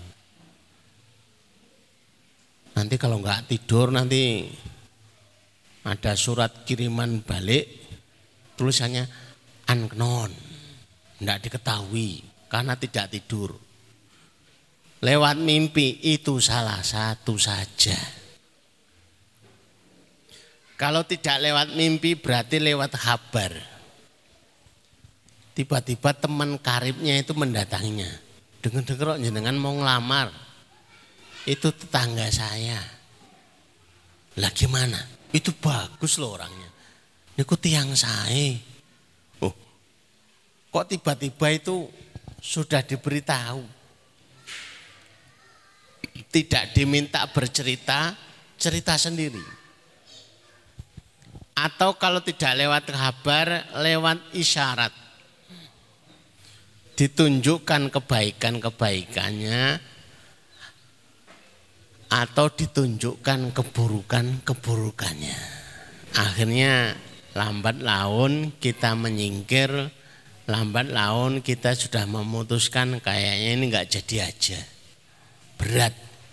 Speaker 1: Nanti kalau enggak tidur nanti ada surat kiriman balik tulisannya unknown, enggak diketahui karena tidak tidur. Lewat mimpi itu salah satu saja. Kalau tidak lewat mimpi berarti lewat kabar. Tiba-tiba teman karibnya itu mendatanginya. Dengar-dengar jenengan mau ngelamar. Itu tetangga saya. Lah gimana? Itu bagus loh orangnya. Niku tiang saya. Oh, kok tiba-tiba itu sudah diberitahu. Tidak diminta bercerita, cerita sendiri. Atau kalau tidak lewat kabar, lewat isyarat. Ditunjukkan kebaikan-kebaikannya atau ditunjukkan keburukan-keburukannya. Akhirnya lambat laun kita menyingkir, lambat laun kita sudah memutuskan kayaknya ini enggak jadi aja. Berat.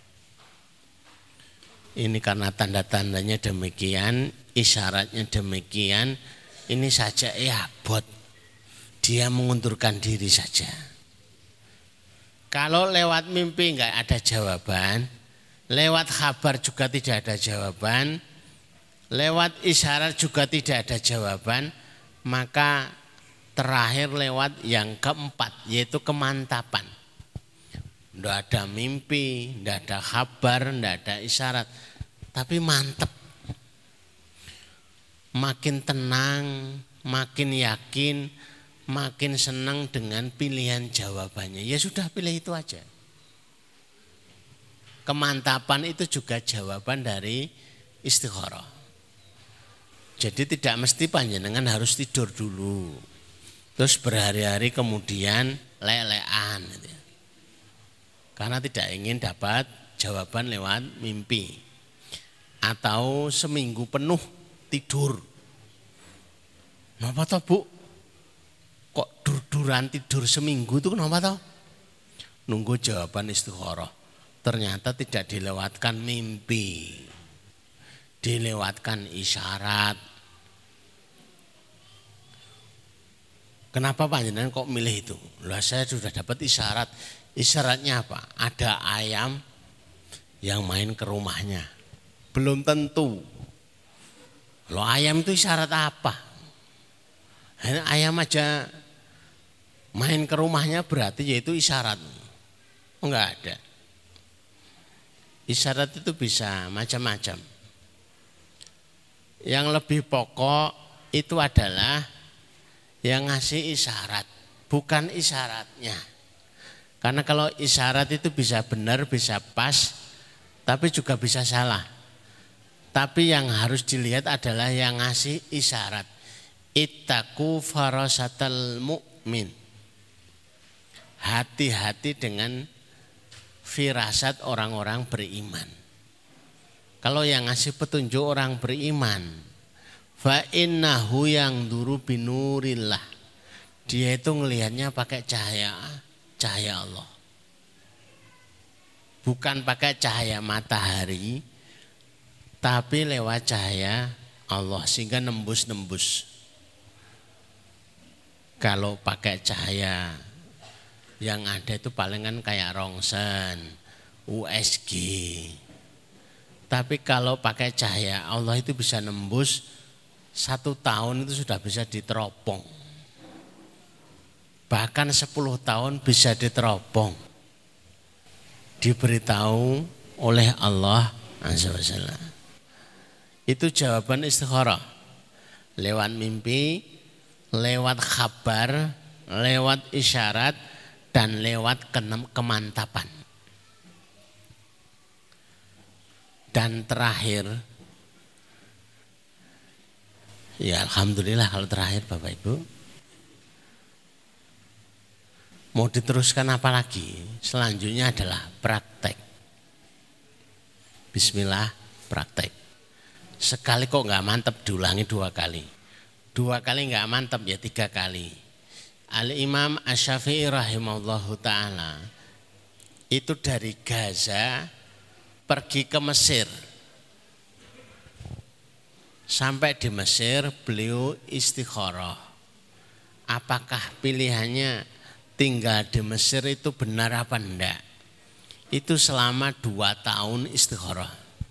Speaker 1: Ini karena tanda-tandanya demikian, isyaratnya demikian, ini saja ya bot. Dia mengundurkan diri saja. Kalau lewat mimpi enggak ada jawaban, lewat kabar juga tidak ada jawaban, lewat isyarat juga tidak ada jawaban, maka terakhir lewat yang keempat, yaitu kemantapan. Tidak ada mimpi, tidak ada kabar, tidak ada isyarat, tapi mantep. Makin tenang, makin yakin, makin senang dengan pilihan jawabannya. Ya sudah, pilih itu aja. Kemantapan itu juga jawaban dari istikharah. Jadi tidak mesti panjenengan harus tidur dulu, terus berhari-hari kemudian lelean gitu ya. Karena tidak ingin dapat jawaban lewat mimpi. Atau seminggu penuh tidur. Kenapa toh Bu? Kok dur-duran tidur seminggu itu kenapa toh? Nunggu jawaban istikharah. Ternyata tidak dilewatkan mimpi. Dilewatkan isyarat. Kenapa panjenengan kok milih itu? Lah saya sudah dapat isyarat. Isyaratnya apa? Ada ayam yang main ke rumahnya. Belum tentu. Loh ayam itu isyarat apa? Ayam aja main ke rumahnya berarti yaitu isyarat. Enggak ada. Isyarat itu bisa macam-macam. Yang lebih pokok itu adalah yang ngasih isyarat, bukan isyaratnya. Karena kalau isyarat itu bisa benar, bisa pas, tapi juga bisa salah. Tapi yang harus dilihat adalah yang ngasih isyarat. Ittaqu farasatal mu'min. Hati-hati dengan firasat orang-orang beriman. Kalau yang ngasih petunjuk orang beriman, fa innahu yang duru binurillah. Dia itu ngelihatnya pakai cahaya cahaya Allah. Bukan pakai cahaya matahari, tapi lewat cahaya Allah sehingga nembus-nembus. Kalau pakai cahaya yang ada itu palingan kayak rongsen, U S G. Tapi kalau pakai cahaya Allah itu bisa nembus satu tahun itu sudah bisa diteropong. Bahkan sepuluh tahun bisa diteropong. Diberitahu oleh Allah Azza wa Jalla. Itu jawaban istikharah. Lewat mimpi, lewat kabar, lewat isyarat, dan lewat kemantapan. Dan terakhir, ya alhamdulillah kalau terakhir Bapak Ibu. Mau diteruskan apa lagi? Selanjutnya adalah praktek. Bismillah, praktek. Sekali kok nggak mantap diulangi dua kali. Dua kali nggak mantap ya tiga kali. Al-Imam Asy-Syafi'i rahimahullahu ta'ala itu dari Gaza pergi ke Mesir. Sampai di Mesir beliau istikharah. Apakah pilihannya tinggal di Mesir itu benar apa enggak? Itu selama dua tahun istikharah.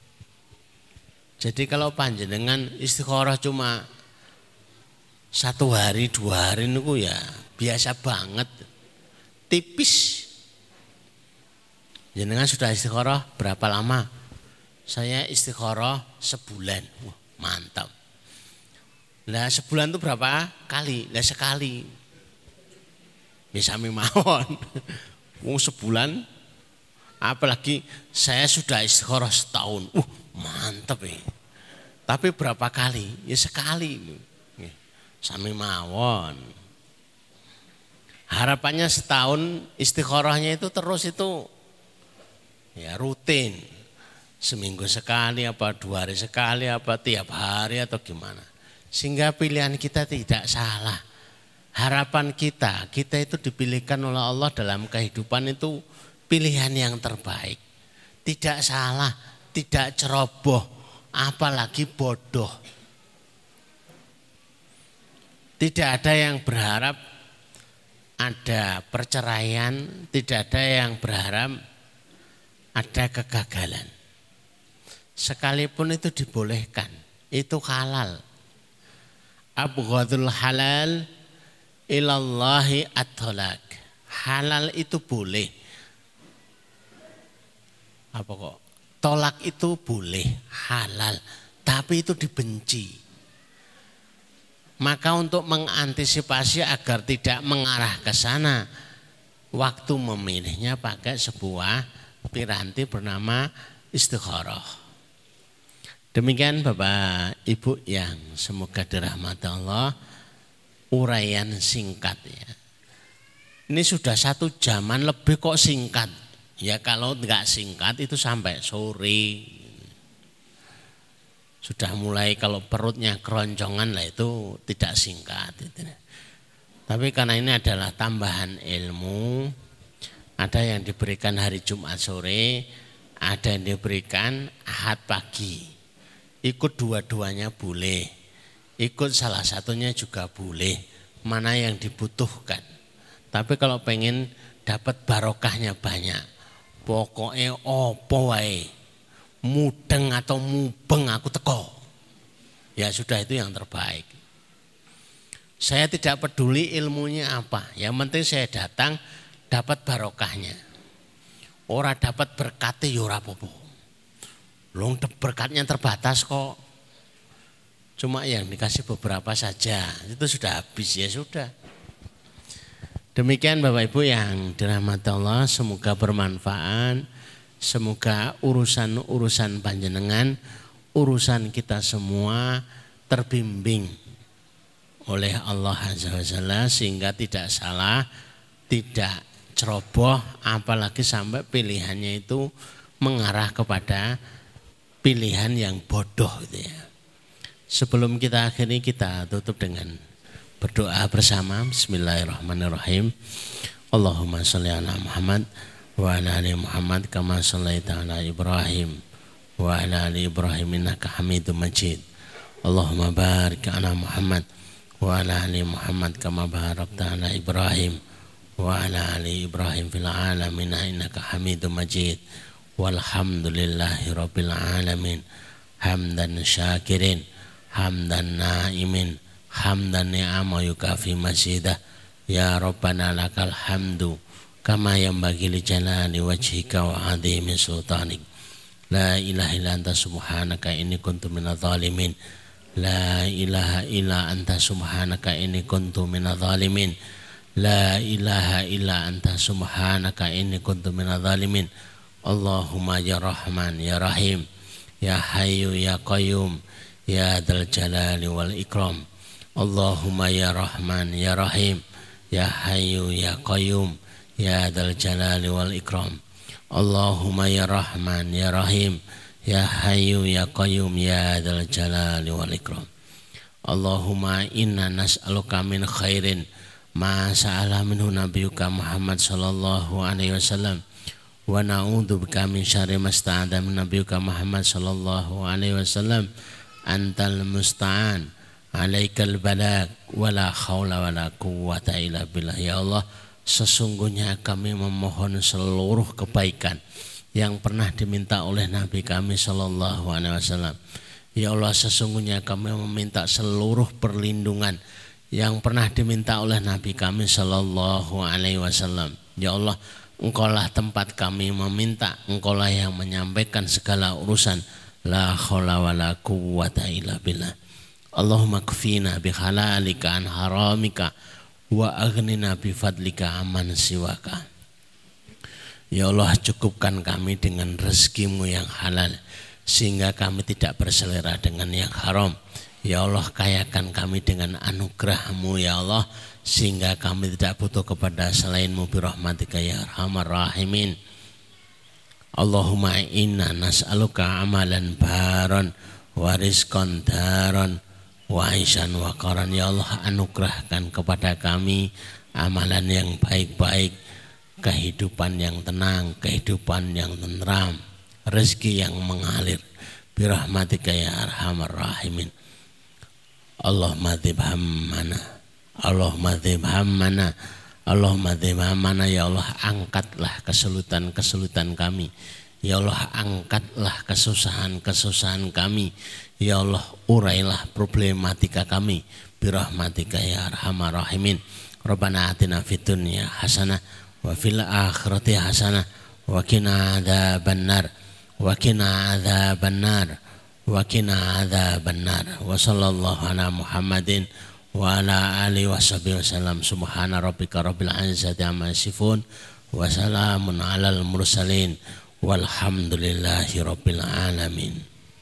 Speaker 1: Jadi kalau panjenengan istikharah cuma satu hari dua hari itu ya biasa banget, tipis. Jenengan sudah istikharah berapa lama? Saya istikharah sebulan. Wah, mantap. Lah sebulan itu berapa kali? Lah sekali. Bisa mawon. Wong sebulan, apalagi saya sudah istikharah setahun. Uh, mantap ya. Tapi berapa kali? Ya sekali. Sami mawon. Harapannya setahun istikharahnya itu terus itu ya rutin. Seminggu sekali apa dua hari sekali apa tiap hari atau gimana. Sehingga pilihan kita tidak salah. Harapan kita, kita itu dipilihkan oleh Allah dalam kehidupan itu pilihan yang terbaik. Tidak salah, tidak ceroboh, apalagi bodoh. Tidak ada yang berharap ada perceraian, tidak ada yang berharap ada kegagalan. Sekalipun itu dibolehkan, itu halal. Abghadul halal ilallahi at-thalaq. Halal itu boleh. Apa kok? Tolak itu boleh, halal, tapi itu dibenci. Maka untuk mengantisipasi agar tidak mengarah ke sana, waktu memilihnya pakai sebuah piranti bernama istikharah. Demikian Bapak Ibu yang semoga dirahmati Allah, uraian singkat ya. Ini sudah satu jaman lebih kok singkat. Ya kalau enggak singkat itu sampai sore. Sudah mulai kalau perutnya keroncongan lah itu tidak singkat. Tapi karena ini adalah tambahan ilmu, ada yang diberikan hari Jumat sore, ada yang diberikan Ahad pagi. Ikut dua-duanya boleh, ikut salah satunya juga boleh, mana yang dibutuhkan. Tapi kalau pengen dapat barokahnya banyak, pokoknya opo wae, mudeng atau mubeng aku teko. Ya sudah itu yang terbaik. Saya tidak peduli ilmunya apa, yang penting saya datang dapat barokahnya. Ora dapat berkati ya ora apa-apa. Long berkatnya terbatas kok. Cuma yang dikasih beberapa saja, itu sudah habis ya sudah. Demikian Bapak Ibu yang dirahmati Allah, semoga bermanfaat, semoga urusan-urusan panjenengan, urusan kita semua terbimbing oleh Allah Azza wa Jalla sehingga tidak salah, tidak ceroboh, apalagi sampai pilihannya itu mengarah kepada pilihan yang bodoh gitu ya. Sebelum kita akhiri kita tutup dengan berdoa bersama. Bismillahirrahmanirrahim. Allahumma sholli ala Muhammad wa ala ali Muhammad kama shallaita ala Ibrahim wa ala ali Ibrahim innaka Hamidum Majid. Allahumma barik ala Muhammad wa ala ali Muhammad kama barakta ala Ibrahim wa ala ali Ibrahim fil alamin innaka Hamidum Majid. Walhamdulillahi rabbil alamin. Hamdan syakirin, hamdan naimin, hamdan ni'ama yukafi mazidah. Ya Rabbana lakal hamdu kama yanbaghi li jalali wajhika wa azimi sultanik. La ilaha illa anta subhanaka inni kuntu minadh dhalimin. La ilaha illa anta subhanaka inni kuntu minadh dhalimin. La ilaha illa anta subhanaka inni kuntu minadh dhalimin. Allahumma ya Rahman ya Rahim ya Hayyu ya Qayyum ya Dzal Jalali wal Ikram. Allahumma ya Rahman ya Rahim ya Hayyu ya Qayyum ya Dzal Jalali wal Ikram. Allahumma ya Rahman ya Rahim ya Hayyu ya Qayyum ya Dzal Jalali wal Ikram. Allahumma inna nas'aluka min khairin ma sa'ala minhu nabiyyuka Muhammad sallallahu alaihi wasallam wa na'udzu bika min syarri ma sta'adha min nabiyyika Muhammad sallallahu alaihi wasallam. Antal musta'an, alaikal balagh, wala haula wala quwwata illa billah. Ya Allah, sesungguhnya kami memohon seluruh kebaikan yang pernah diminta oleh Nabi kami sallallahu alaihi wasallam. Ya Allah, sesungguhnya kami meminta seluruh perlindungan yang pernah diminta oleh Nabi kami sallallahu alaihi wasallam. Ya Allah, Engkaulah tempat kami meminta, Engkaulah yang menyampaikan segala urusan. La haula wala quwwata illa billah. Allahumma kfina bi halalika an haramika wa aghnina bi fadlika amman siwaka. Ya Allah, cukupkan kami dengan rezekimu yang halal sehingga kami tidak berselera dengan yang haram. Ya Allah, kayakan kami dengan anugerah-Mu ya Allah, sehingga kami tidak butuh kepada selain-Mu birahmatika ya arhamar rahimin. Allahumma inna nas'aluka amalan baron wa rizqan daron wa aisyan wa qaran. Ya Allah, anugerahkan kepada kami amalan yang baik-baik, kehidupan yang tenang, kehidupan yang tenteram, rezeki yang mengalir birahmatika ya arhamar rahimin. Allahumma dzib hammana, Allahumma dzib hammana, Allahumma dzib hammana. Ya Allah, angkatlah kesulitan-kesulitan kami. Ya Allah, angkatlah kesusahan-kesusahan kami. Ya Allah, urailah problematika kami birahmatika ya arhamar rahimin. Rabbana atina fid dunya hasanah wa fil akhirati hasanah wa qina adzabannar wa qina adzabannar wa qina adzabannar. Wa sallallahu ala Muhammadin wa ala alihi washabihi wasallam. Subhana rabbika rabbil izzati amma yasifun wa salamun alal mursalin walhamdulillahi rabbil alamin.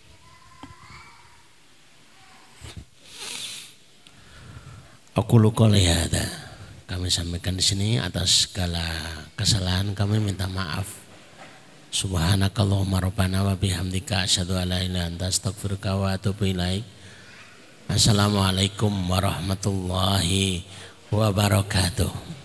Speaker 1: Aku luka lihada, kami sampaikan di sini. Atas segala kesalahan kami minta maaf. Subhanakallahumma rabbana wa bihamdika asyhadu an la ilaha illa anta astaghfiruka wa atubu ilaik. Assalamualaikum warahmatullahi wabarakatuh.